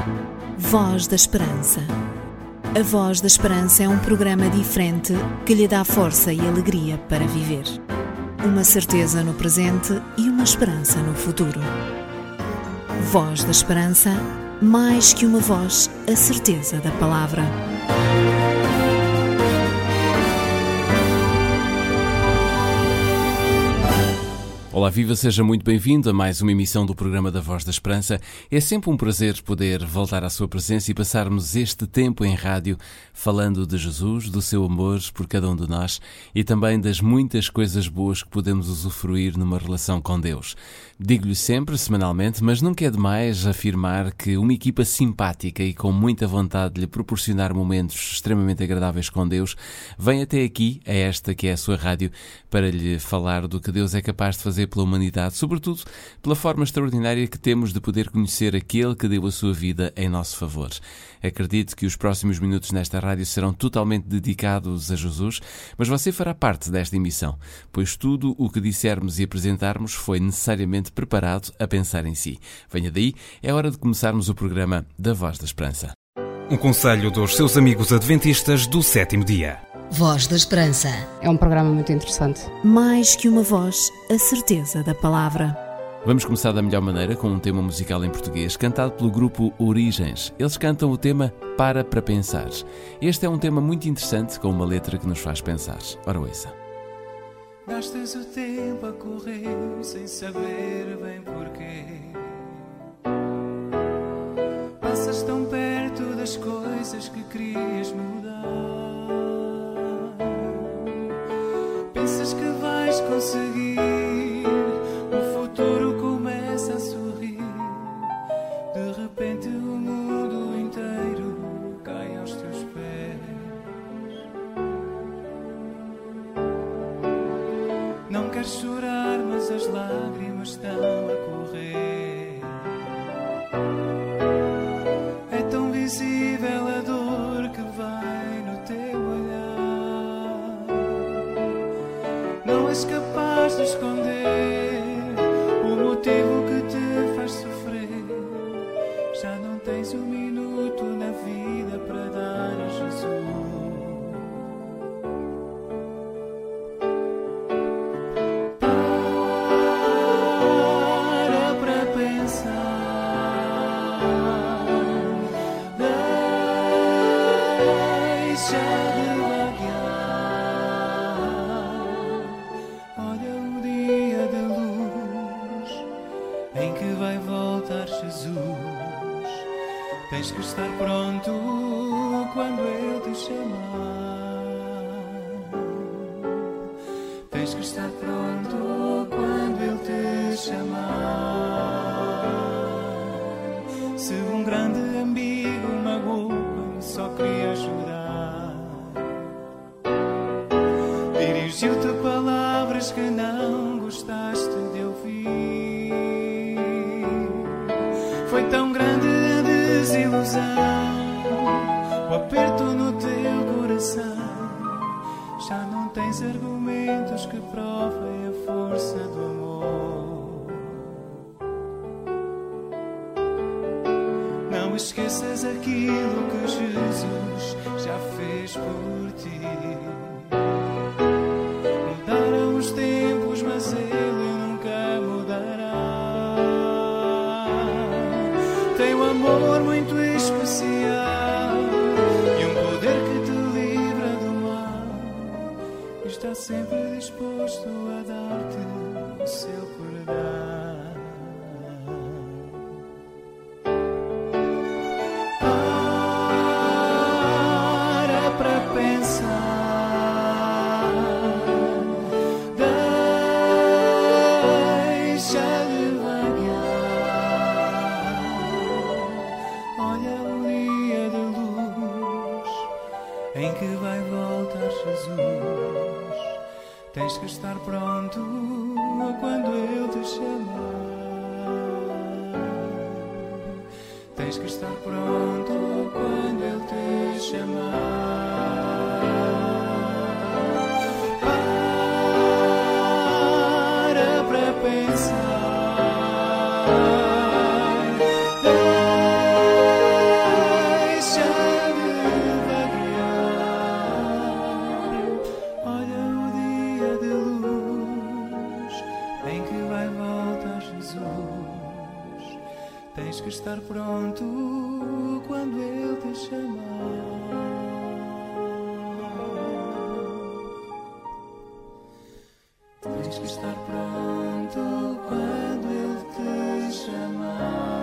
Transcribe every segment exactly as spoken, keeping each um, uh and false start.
Voz da Esperança. A Voz da Esperança é um programa diferente que lhe dá força e alegria para viver. Uma certeza no presente e uma esperança no futuro. Voz da Esperança, mais que uma voz, a certeza da palavra. Olá, viva, seja muito bem-vindo a mais uma emissão do programa da Voz da Esperança. É sempre um prazer poder voltar à sua presença e passarmos este tempo em rádio falando de Jesus, do seu amor por cada um de nós e também das muitas coisas boas que podemos usufruir numa relação com Deus. Digo-lhe sempre, semanalmente, mas nunca é demais afirmar que uma equipa simpática e com muita vontade de lhe proporcionar momentos extremamente agradáveis com Deus vem até aqui, a esta que é a sua rádio, para lhe falar do que Deus é capaz de fazer pela humanidade, sobretudo pela forma extraordinária que temos de poder conhecer aquele que deu a sua vida em nosso favor. Acredito que os próximos minutos nesta rádio serão totalmente dedicados a Jesus, mas você fará parte desta emissão, pois tudo o que dissermos e apresentarmos foi necessariamente preparado a pensar em si. Venha daí, é hora de começarmos o programa da Voz da Esperança. Um conselho dos seus amigos adventistas do sétimo dia. Voz da Esperança. É um programa muito interessante. Mais que uma voz, a certeza da palavra. Vamos começar da melhor maneira com um tema musical em português, cantado pelo grupo Origens. Eles cantam o tema Para para Pensar. Este é um tema muito interessante, com uma letra que nos faz pensar. Ora, ouça. Gastas o tempo a correr sem saber bem porquê. Passas tão perto das coisas que querias mudar. Pensas que vais conseguir, o futuro começa a sorrir. De repente o mundo inteiro cai aos teus pés. Não queres chorar, mas as lágrimas estão a correr. É tão visível a dor que vai no teu olhar. Não és capaz de esconder o motivo que te faz sofrer. Já não tens um minuto na vida para dar a Jesus. Tens que estar pronto quando Ele te chamar. Tens que estar pronto quando Ele te chamar. Se um grande amigo magoa, só queria ajudar. Dirigiu-te palavras que não gostaste de ouvir. Foi tão grande desilusão, o aperto no teu coração. Já não tens argumentos que provem a força do amor. Não esqueças aquilo que Jesus já fez por ti. Mudaram os tempos, mas Ele nunca mudará. Tem um amor muito especial e um poder que te livra do mal. Está sempre disposto a dar-te o seu perdão. Para para pensar. Deixa-lhe vaguear. Olha o dia de luz em que vai voltar Jesus. Tens que estar pronto quando Ele te chamar. Tens que estar pronto quando Ele te chamar. Para para pensar. pronto quando Ele te chamar. Tens que estar pronto quando Ele te chamar.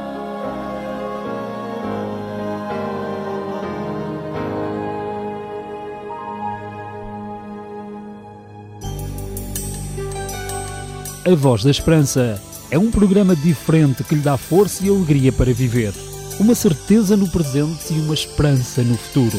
A Voz da Esperança é um programa diferente que lhe dá força e alegria para viver. Uma certeza no presente e uma esperança no futuro.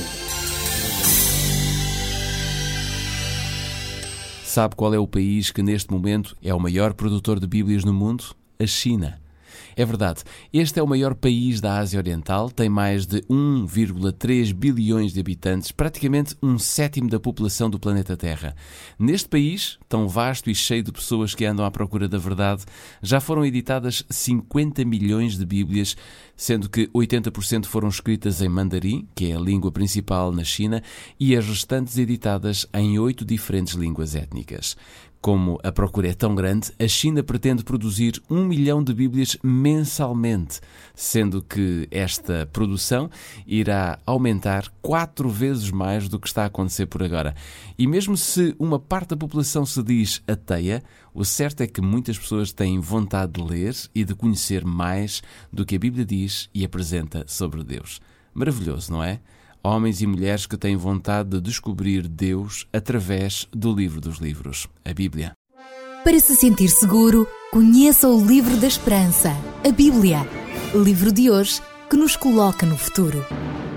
Sabe qual é o país que neste momento é o maior produtor de Bíblias no mundo? A China. É verdade, este é o maior país da Ásia Oriental, tem mais de um vírgula três bilhões de habitantes, praticamente um sétimo da população do planeta Terra. Neste país, tão vasto e cheio de pessoas que andam à procura da verdade, já foram editadas cinquenta milhões de Bíblias, sendo que oitenta por cento foram escritas em mandarim, que é a língua principal na China, e as restantes editadas em oito diferentes línguas étnicas. Como a procura é tão grande, a China pretende produzir um milhão de Bíblias mensalmente, sendo que esta produção irá aumentar quatro vezes mais do que está a acontecer por agora. E mesmo se uma parte da população se diz ateia, o certo é que muitas pessoas têm vontade de ler e de conhecer mais do que a Bíblia diz e apresenta sobre Deus. Maravilhoso, não é? Homens e mulheres que têm vontade de descobrir Deus através do livro dos livros, a Bíblia. Para se sentir seguro, conheça o Livro da Esperança, a Bíblia. Livro de hoje que nos coloca no futuro.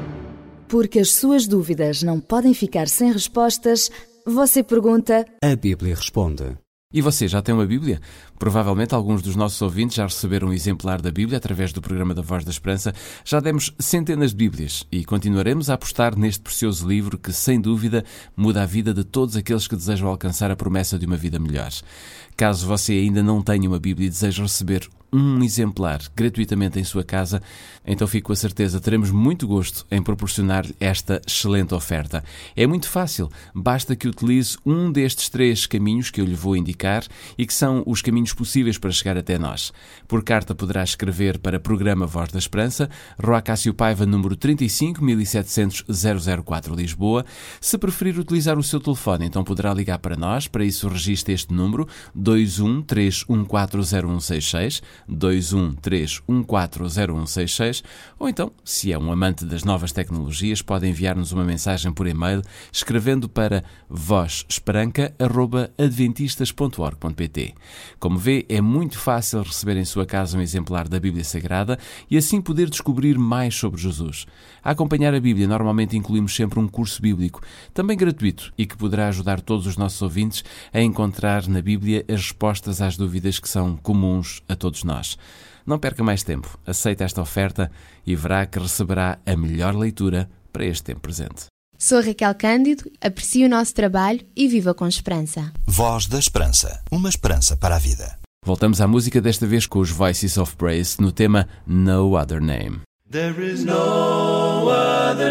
Porque as suas dúvidas não podem ficar sem respostas, você pergunta... A Bíblia responde. E você já tem uma Bíblia? Provavelmente alguns dos nossos ouvintes já receberam um exemplar da Bíblia através do programa da Voz da Esperança. Já demos centenas de Bíblias e continuaremos a apostar neste precioso livro que, sem dúvida, muda a vida de todos aqueles que desejam alcançar a promessa de uma vida melhor. Caso você ainda não tenha uma Bíblia e deseje receber um exemplar gratuitamente em sua casa, então fico com a certeza, teremos muito gosto em proporcionar-lhe esta excelente oferta. É muito fácil, basta que utilize um destes três caminhos que eu lhe vou indicar e que são os caminhos possíveis para chegar até nós. Por carta poderá escrever para Programa Voz da Esperança, Rua Cássio Paiva, número trinta e cinco, mil e setecentos, zero zero quatro, Lisboa. Se preferir utilizar o seu telefone, então poderá ligar para nós, para isso registre este número, dois um três um quatro zero um seis seis, dois um três um quatro zero um seis seis, ou então, se é um amante das novas tecnologias, pode enviar-nos uma mensagem por e-mail escrevendo para voz esperanca arroba adventistas ponto org ponto pt. Como vê, é muito fácil receber em sua casa um exemplar da Bíblia Sagrada e assim poder descobrir mais sobre Jesus. A acompanhar a Bíblia, normalmente incluímos sempre um curso bíblico, também gratuito, e que poderá ajudar todos os nossos ouvintes a encontrar na Bíblia as respostas às dúvidas que são comuns a todos nós. Não perca mais tempo, aceite esta oferta e verá que receberá a melhor leitura para este tempo presente. Sou Raquel Cândido, aprecio o nosso trabalho e viva com esperança. Voz da Esperança, uma esperança para a vida. Voltamos à música, desta vez com os Voices of Praise, no tema No Other Name. There is no other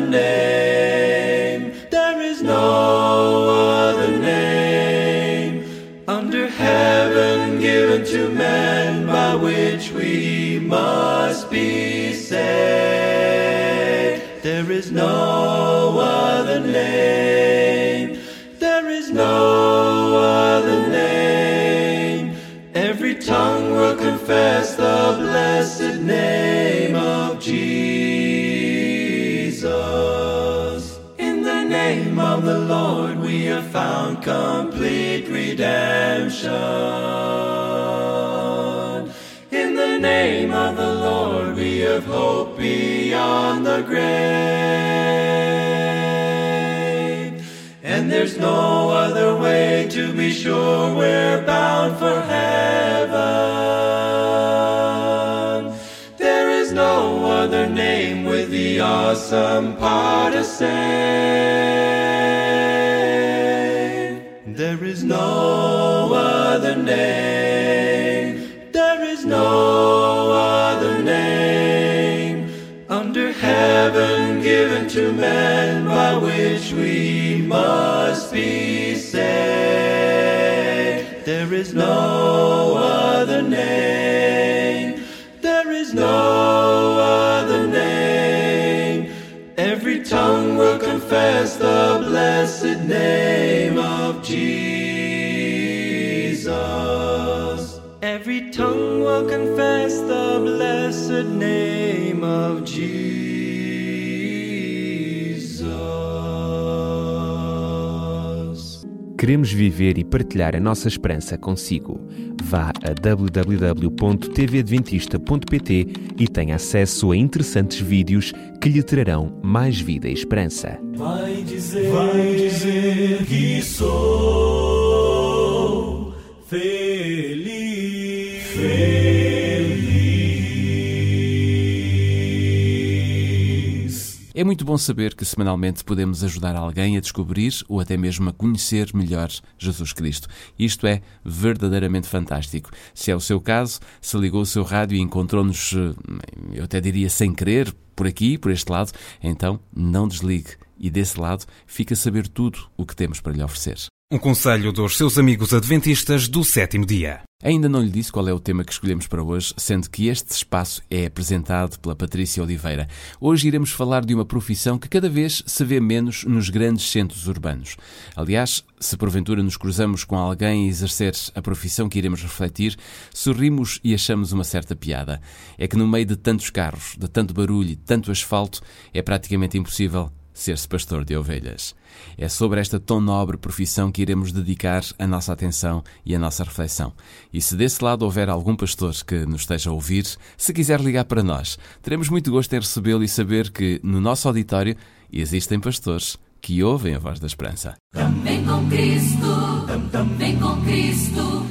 name, there is no other name under heaven given to man by which we must be saved. There is no other name, there is no other name. Every tongue will confess the blessed name of Jesus. In the name of the Lord we have found complete redemption. In the name of the Lord we have hope beyond the grave. And there's no other way to be sure we're bound for heaven. There is no other name with the awesome power to save. There is no other name, there is no other name under heaven given to man by which we must be saved. There is no other name, there is no other Every tongue will confess the blessed name of Jesus. Every tongue will confess the blessed name of Jesus. Queremos viver e partilhar a nossa esperança consigo. Vá a w w w ponto t v adventista ponto p t e tenha acesso a interessantes vídeos que lhe trarão mais vida e esperança. Vai dizer, vai dizer que sou feliz, feliz. É muito bom saber que semanalmente podemos ajudar alguém a descobrir ou até mesmo a conhecer melhor Jesus Cristo. Isto é verdadeiramente fantástico. Se é o seu caso, se ligou o seu rádio e encontrou-nos, eu até diria sem querer, por aqui, por este lado, então não desligue e desse lado fica a saber tudo o que temos para lhe oferecer. Um conselho dos seus amigos adventistas do sétimo dia. Ainda não lhe disse qual é o tema que escolhemos para hoje, sendo que este espaço é apresentado pela Patrícia Oliveira. Hoje iremos falar de uma profissão que cada vez se vê menos nos grandes centros urbanos. Aliás, se porventura nos cruzamos com alguém a exercer a profissão que iremos refletir, sorrimos e achamos uma certa piada. É que no meio de tantos carros, de tanto barulho e tanto asfalto, é praticamente impossível ser-se pastor de ovelhas. É sobre esta tão nobre profissão que iremos dedicar a nossa atenção e a nossa reflexão. E se desse lado houver algum pastor que nos esteja a ouvir, se quiser ligar para nós, teremos muito gosto em recebê-lo e saber que no nosso auditório existem pastores que ouvem a voz da esperança. Vem com Cristo, vem com Cristo,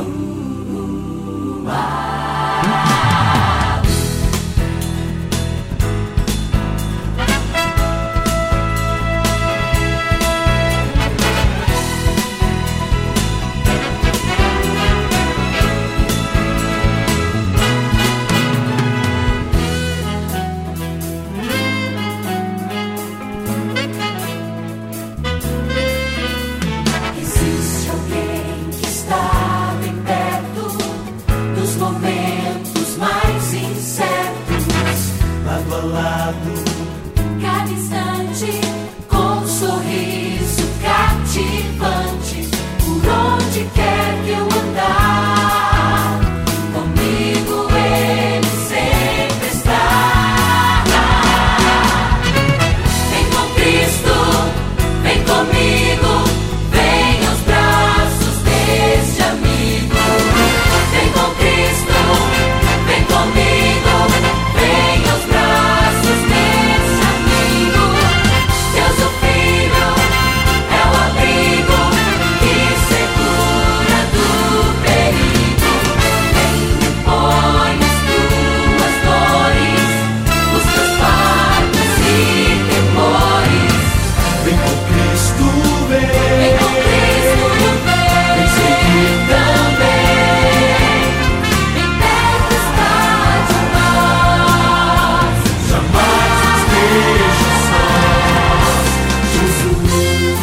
cada instante, com um sorriso cativante, por onde quer que eu andar, comigo Ele sempre está. Vem com Cristo, vem comigo, vem aos braços deste amigo. Vem com Cristo, vem comigo, vem aos braços desse amigo. Deus o Filho é o abrigo que segura do perigo. Vem e põe as tuas dores, os teus fardos e temores. Vem com Cristo, vem, Vem com Cristo, vem, vem seguir também. Vem perto está de nós. Jamais nos deixe sós, Jesus.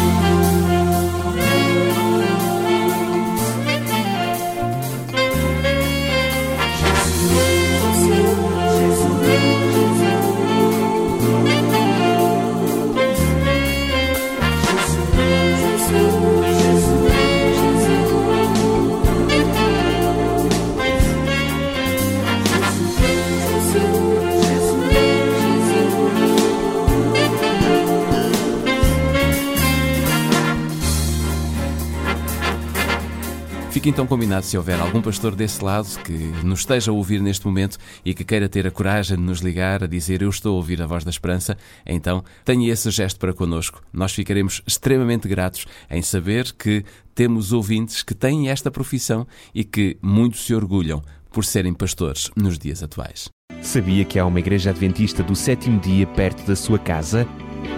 Fica então combinado, se houver algum pastor desse lado que nos esteja a ouvir neste momento e que queira ter a coragem de nos ligar a dizer eu estou a ouvir a voz da esperança, então tenha esse gesto para connosco. Nós ficaremos extremamente gratos em saber que temos ouvintes que têm esta profissão e que muito se orgulham por serem pastores nos dias atuais. Sabia que há uma igreja adventista do sétimo dia perto da sua casa?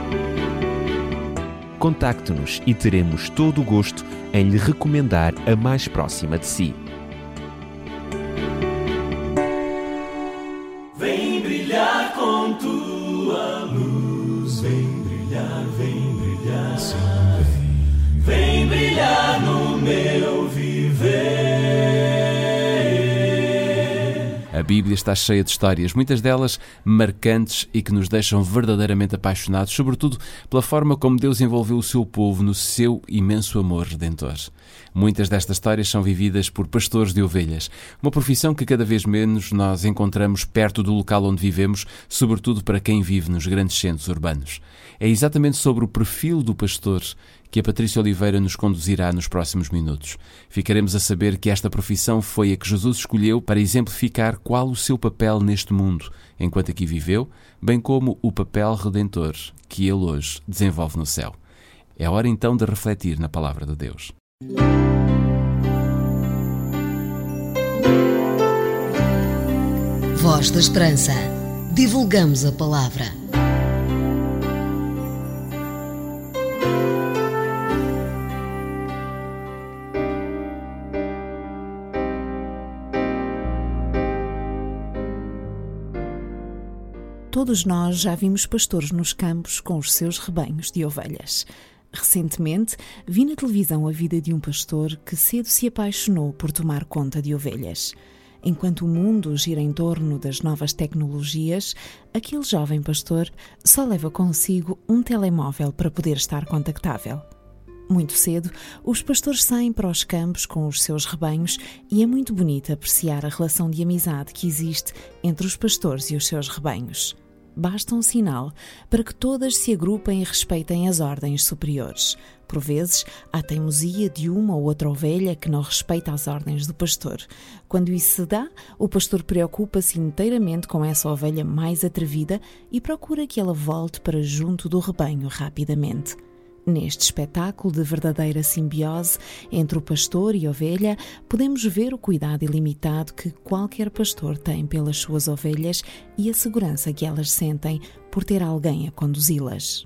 Contacte-nos e teremos todo o gosto em lhe recomendar a mais próxima de si. Vem brilhar com tua luz, vem brilhar, vem brilhar, sim, vem, vem brilhar no meu viver. A Bíblia está cheia de histórias, muitas delas marcantes e que nos deixam verdadeiramente apaixonados, sobretudo pela forma como Deus envolveu o seu povo no seu imenso amor redentor. Muitas destas histórias são vividas por pastores de ovelhas, uma profissão que cada vez menos nós encontramos perto do local onde vivemos, sobretudo para quem vive nos grandes centros urbanos. É exatamente sobre o perfil do pastor que a Patrícia Oliveira nos conduzirá nos próximos minutos. Ficaremos a saber que esta profissão foi a que Jesus escolheu para exemplificar qual o seu papel neste mundo, enquanto aqui viveu, bem como o papel redentor que ele hoje desenvolve no céu. É hora então de refletir na palavra de Deus. Voz da Esperança. Divulgamos a palavra. Todos nós já vimos pastores nos campos com os seus rebanhos de ovelhas. Recentemente, vi na televisão a vida de um pastor que cedo se apaixonou por tomar conta de ovelhas. Enquanto o mundo gira em torno das novas tecnologias, aquele jovem pastor só leva consigo um telemóvel para poder estar contactável. Muito cedo, os pastores saem para os campos com os seus rebanhos e é muito bonito apreciar a relação de amizade que existe entre os pastores e os seus rebanhos. Basta um sinal para que todas se agrupem e respeitem as ordens superiores. Por vezes, há teimosia de uma ou outra ovelha que não respeita as ordens do pastor. Quando isso se dá, o pastor preocupa-se inteiramente com essa ovelha mais atrevida e procura que ela volte para junto do rebanho rapidamente. Neste espetáculo de verdadeira simbiose entre o pastor e a ovelha, podemos ver o cuidado ilimitado que qualquer pastor tem pelas suas ovelhas e a segurança que elas sentem por ter alguém a conduzi-las.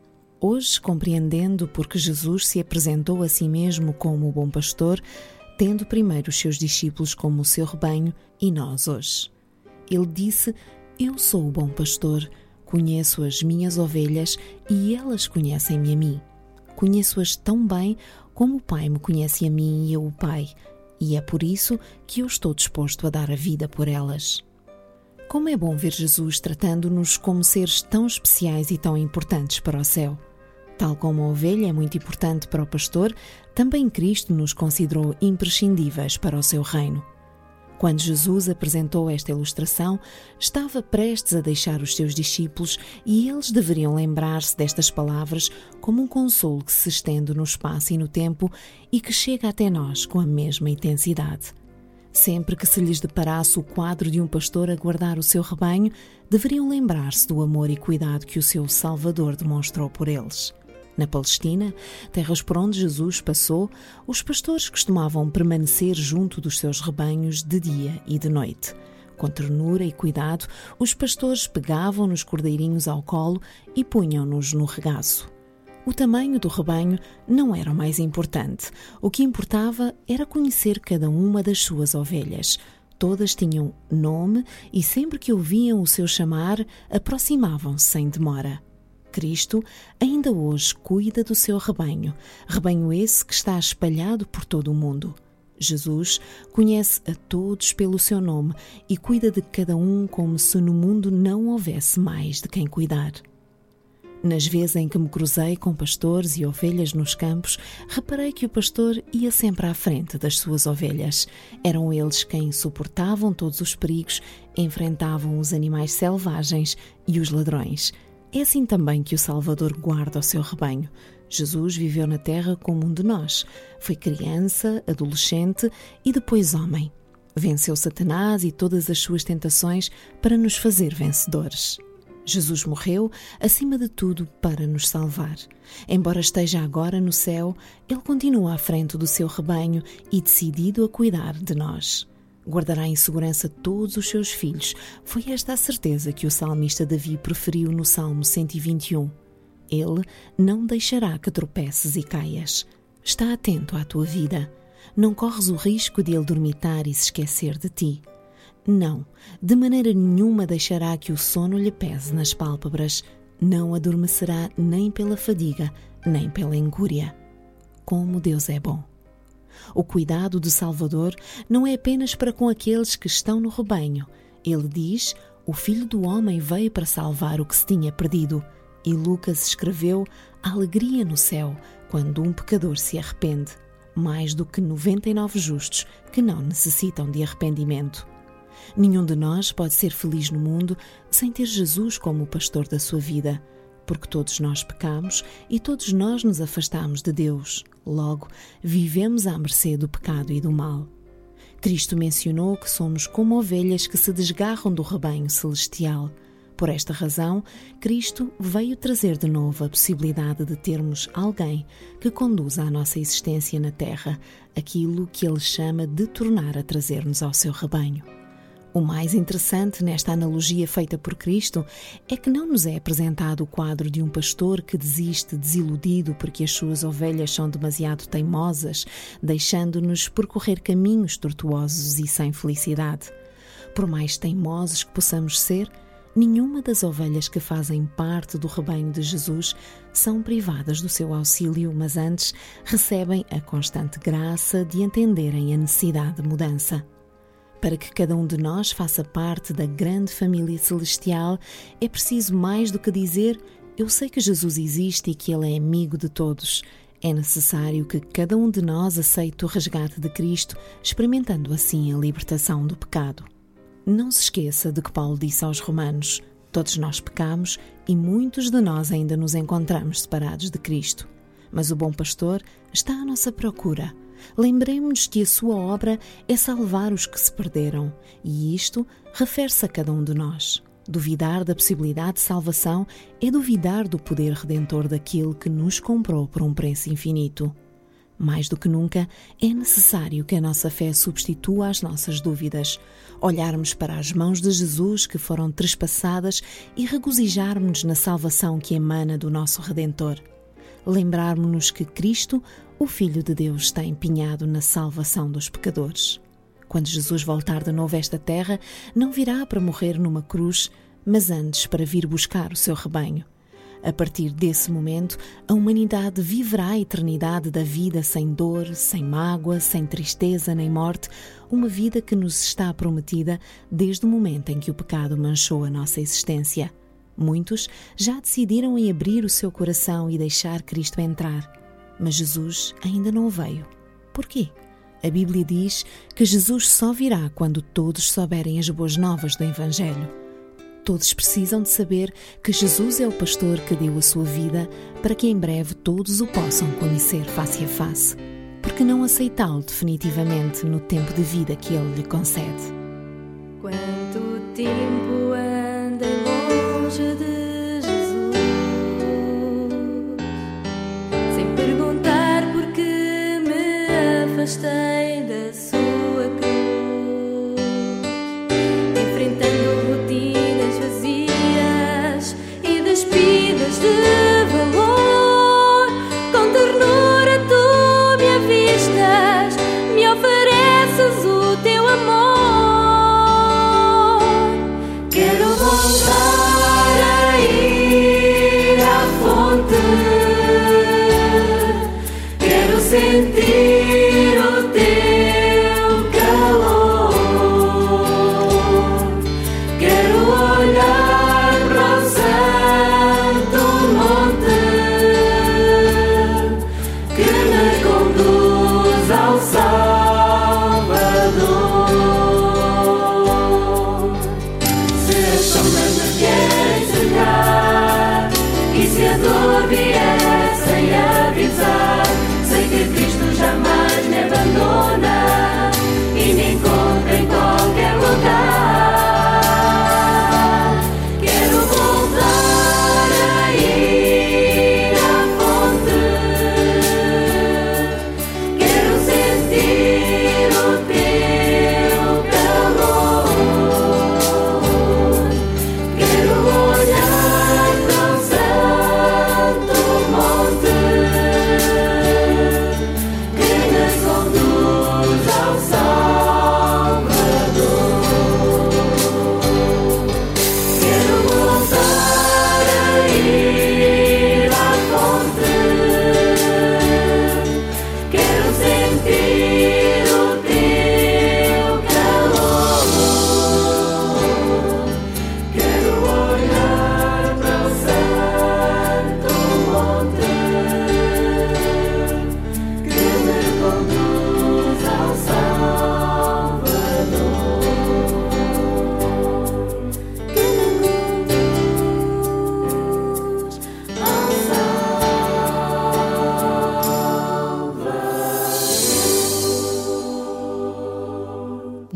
Hoje, compreendendo porque Jesus se apresentou a si mesmo como o bom pastor, tendo primeiro os seus discípulos como o seu rebanho e nós hoje. Ele disse: "Eu sou o bom pastor, conheço as minhas ovelhas e elas conhecem-me a mim. Conheço-as tão bem como o Pai me conhece a mim e eu o Pai, e é por isso que eu estou disposto a dar a vida por elas." Como é bom ver Jesus tratando-nos como seres tão especiais e tão importantes para o céu. Tal como a ovelha é muito importante para o pastor, também Cristo nos considerou imprescindíveis para o seu reino. Quando Jesus apresentou esta ilustração, estava prestes a deixar os seus discípulos e eles deveriam lembrar-se destas palavras como um consolo que se estende no espaço e no tempo e que chega até nós com a mesma intensidade. Sempre que se lhes deparasse o quadro de um pastor a guardar o seu rebanho, deveriam lembrar-se do amor e cuidado que o seu Salvador demonstrou por eles. Na Palestina, terras por onde Jesus passou, os pastores costumavam permanecer junto dos seus rebanhos de dia e de noite. Com ternura e cuidado, os pastores pegavam nos cordeirinhos ao colo e punham-nos no regaço. O tamanho do rebanho não era o mais importante. O que importava era conhecer cada uma das suas ovelhas. Todas tinham nome e sempre que ouviam o seu chamar, aproximavam-se sem demora. Cristo ainda hoje cuida do seu rebanho, rebanho esse que está espalhado por todo o mundo. Jesus conhece a todos pelo seu nome e cuida de cada um como se no mundo não houvesse mais de quem cuidar. Nas vezes em que me cruzei com pastores e ovelhas nos campos, reparei que o pastor ia sempre à frente das suas ovelhas. Eram eles quem suportavam todos os perigos, enfrentavam os animais selvagens e os ladrões. É assim também que o Salvador guarda o seu rebanho. Jesus viveu na terra como um de nós. Foi criança, adolescente e depois homem. Venceu Satanás e todas as suas tentações para nos fazer vencedores. Jesus morreu, acima de tudo, para nos salvar. Embora esteja agora no céu, ele continua à frente do seu rebanho e decidido a cuidar de nós. Guardará em segurança todos os seus filhos. Foi esta a certeza que o salmista Davi preferiu no Salmo cento e vinte e um. Ele não deixará que tropeces e caias. Está atento à tua vida. Não corres o risco de ele dormitar e se esquecer de ti. Não, de maneira nenhuma deixará que o sono lhe pese nas pálpebras. Não adormecerá nem pela fadiga, nem pela ingúria. Como Deus é bom! O cuidado do Salvador não é apenas para com aqueles que estão no rebanho, Ele diz: o Filho do Homem veio para salvar o que se tinha perdido. E Lucas escreveu: a alegria no céu quando um pecador se arrepende, mais do que noventa e nove justos que não necessitam de arrependimento. Nenhum de nós pode ser feliz no mundo sem ter Jesus como o pastor da sua vida, porque todos nós pecamos e todos nós nos afastamos de Deus. Logo, vivemos à mercê do pecado e do mal. Cristo mencionou que somos como ovelhas que se desgarram do rebanho celestial. Por esta razão, Cristo veio trazer de novo a possibilidade de termos alguém que conduza a nossa existência na terra, aquilo que Ele chama de tornar a trazer-nos ao seu rebanho. O mais interessante nesta analogia feita por Cristo é que não nos é apresentado o quadro de um pastor que desiste desiludido porque as suas ovelhas são demasiado teimosas, deixando-nos percorrer caminhos tortuosos e sem felicidade. Por mais teimosos que possamos ser, nenhuma das ovelhas que fazem parte do rebanho de Jesus são privadas do seu auxílio, mas antes recebem a constante graça de entenderem a necessidade de mudança. Para que cada um de nós faça parte da grande família celestial, é preciso mais do que dizer: eu sei que Jesus existe e que Ele é amigo de todos. É necessário que cada um de nós aceite o resgate de Cristo, experimentando assim a libertação do pecado. Não se esqueça de que Paulo disse aos Romanos: todos nós pecamos e muitos de nós ainda nos encontramos separados de Cristo. Mas o bom pastor está à nossa procura. Lembremos-nos que a sua obra é salvar os que se perderam, e isto refere-se a cada um de nós. Duvidar da possibilidade de salvação é duvidar do poder redentor daquele que nos comprou por um preço infinito. Mais do que nunca, é necessário que a nossa fé substitua as nossas dúvidas, olharmos para as mãos de Jesus que foram trespassadas e regozijarmos-nos na salvação que emana do nosso Redentor. Lembrarmos-nos que Cristo, o Filho de Deus, está empenhado na salvação dos pecadores. Quando Jesus voltar de novo a esta terra, não virá para morrer numa cruz, mas antes para vir buscar o seu rebanho. A partir desse momento, a humanidade viverá a eternidade da vida sem dor, sem mágoa, sem tristeza nem morte, uma vida que nos está prometida desde o momento em que o pecado manchou a nossa existência. Muitos já decidiram em abrir o seu coração e deixar Cristo entrar, mas Jesus ainda não veio. Por quê? A Bíblia diz que Jesus só virá quando todos souberem as boas novas do Evangelho. Todos precisam de saber que Jesus é o pastor que deu a sua vida para que em breve todos o possam conhecer face a face. Por que não aceitá-lo definitivamente no tempo de vida que Ele lhe concede? Quanto tempo andei longe de Jesus, sem perguntar por que me afastei da sua cruz, enfrentando rotinas vazias e despidas de valor. Com ternura tu me avistas, me ofereces o teu amor. Quero voltar a ir à fonte, quero sentir o teu calor, quero olhar para o santo monte que me conduz ao Salvador. Se as sombras me vierem cercar e se a dor vier sem avisar, sei que Cristo jamais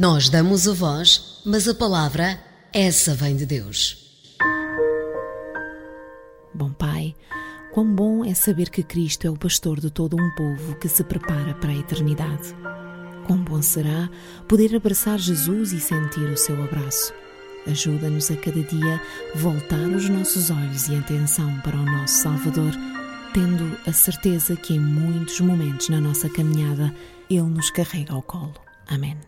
Nós damos a voz, mas a palavra, essa vem de Deus. Bom Pai, quão bom é saber que Cristo é o pastor de todo um povo que se prepara para a eternidade. Quão bom será poder abraçar Jesus e sentir o seu abraço. Ajuda-nos a cada dia voltar os nossos olhos e atenção para o nosso Salvador, tendo a certeza que em muitos momentos na nossa caminhada Ele nos carrega ao colo. Amém.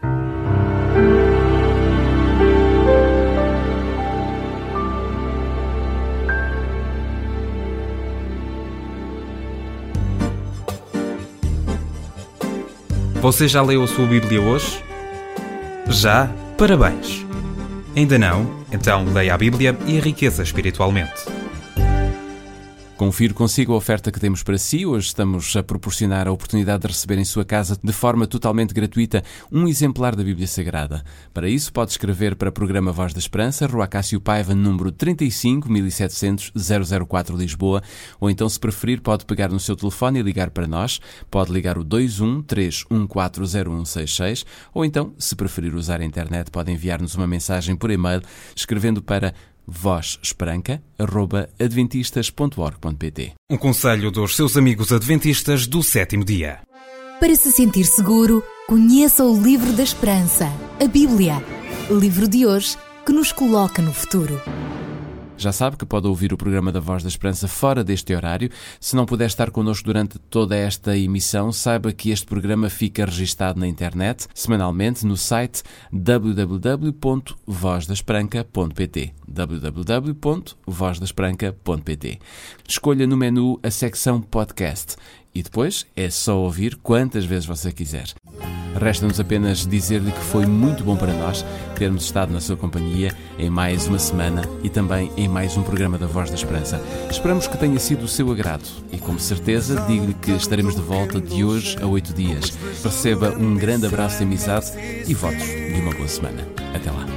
Você já leu a sua Bíblia hoje? Já? Parabéns! Ainda não? Então leia a Bíblia e enriqueça espiritualmente. Confiro consigo a oferta que temos para si. Hoje estamos a proporcionar a oportunidade de receber em sua casa, de forma totalmente gratuita, um exemplar da Bíblia Sagrada. Para isso, pode escrever para o programa Voz da Esperança, Rua Cássio Paiva, número trinta e cinco, mil e setecentos, zero zero quatro, Lisboa. Ou então, se preferir, pode pegar no seu telefone e ligar para nós. Pode ligar o dois um três um quatro zero um seis seis. Ou então, se preferir usar a internet, pode enviar-nos uma mensagem por e-mail, escrevendo para voz esperanca arroba adventistas ponto org ponto pt. Um conselho dos seus amigos adventistas do sétimo dia. Para se sentir seguro, conheça o Livro da Esperança, a Bíblia. Livro de hoje que nos coloca no futuro. Já sabe que pode ouvir o programa da Voz da Esperança fora deste horário. Se não puder estar connosco durante toda esta emissão, saiba que este programa fica registado na internet, semanalmente, no site w w w ponto voz da esperanca ponto pt. w w w ponto voz da esperanca ponto pt. Escolha no menu a secção Podcast e depois é só ouvir quantas vezes você quiser. Resta-nos apenas dizer-lhe que foi muito bom para nós termos estado na sua companhia em mais uma semana e também em mais um programa da Voz da Esperança. Esperamos que tenha sido do seu agrado e, com certeza, digo-lhe que estaremos de volta de hoje a oito dias. Receba um grande abraço de amizade e votos de uma boa semana. Até lá.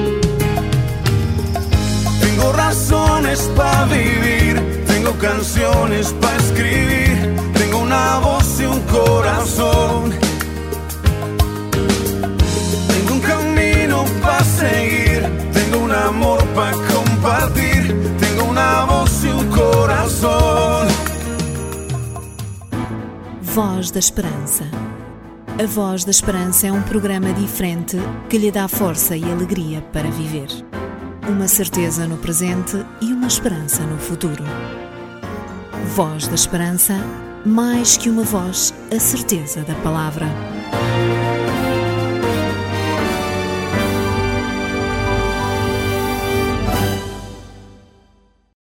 Tengo razones para vivir, tengo canciones para escribir, tengo una voz y un corazón. Para seguir, tengo un amor para compartir, tengo una voz y un corazón. Voz da Esperança. A Voz da Esperança é um programa diferente que lhe dá força e alegria para viver. Uma certeza no presente e uma esperança no futuro. Voz da Esperança, mais que uma voz, a certeza da palavra.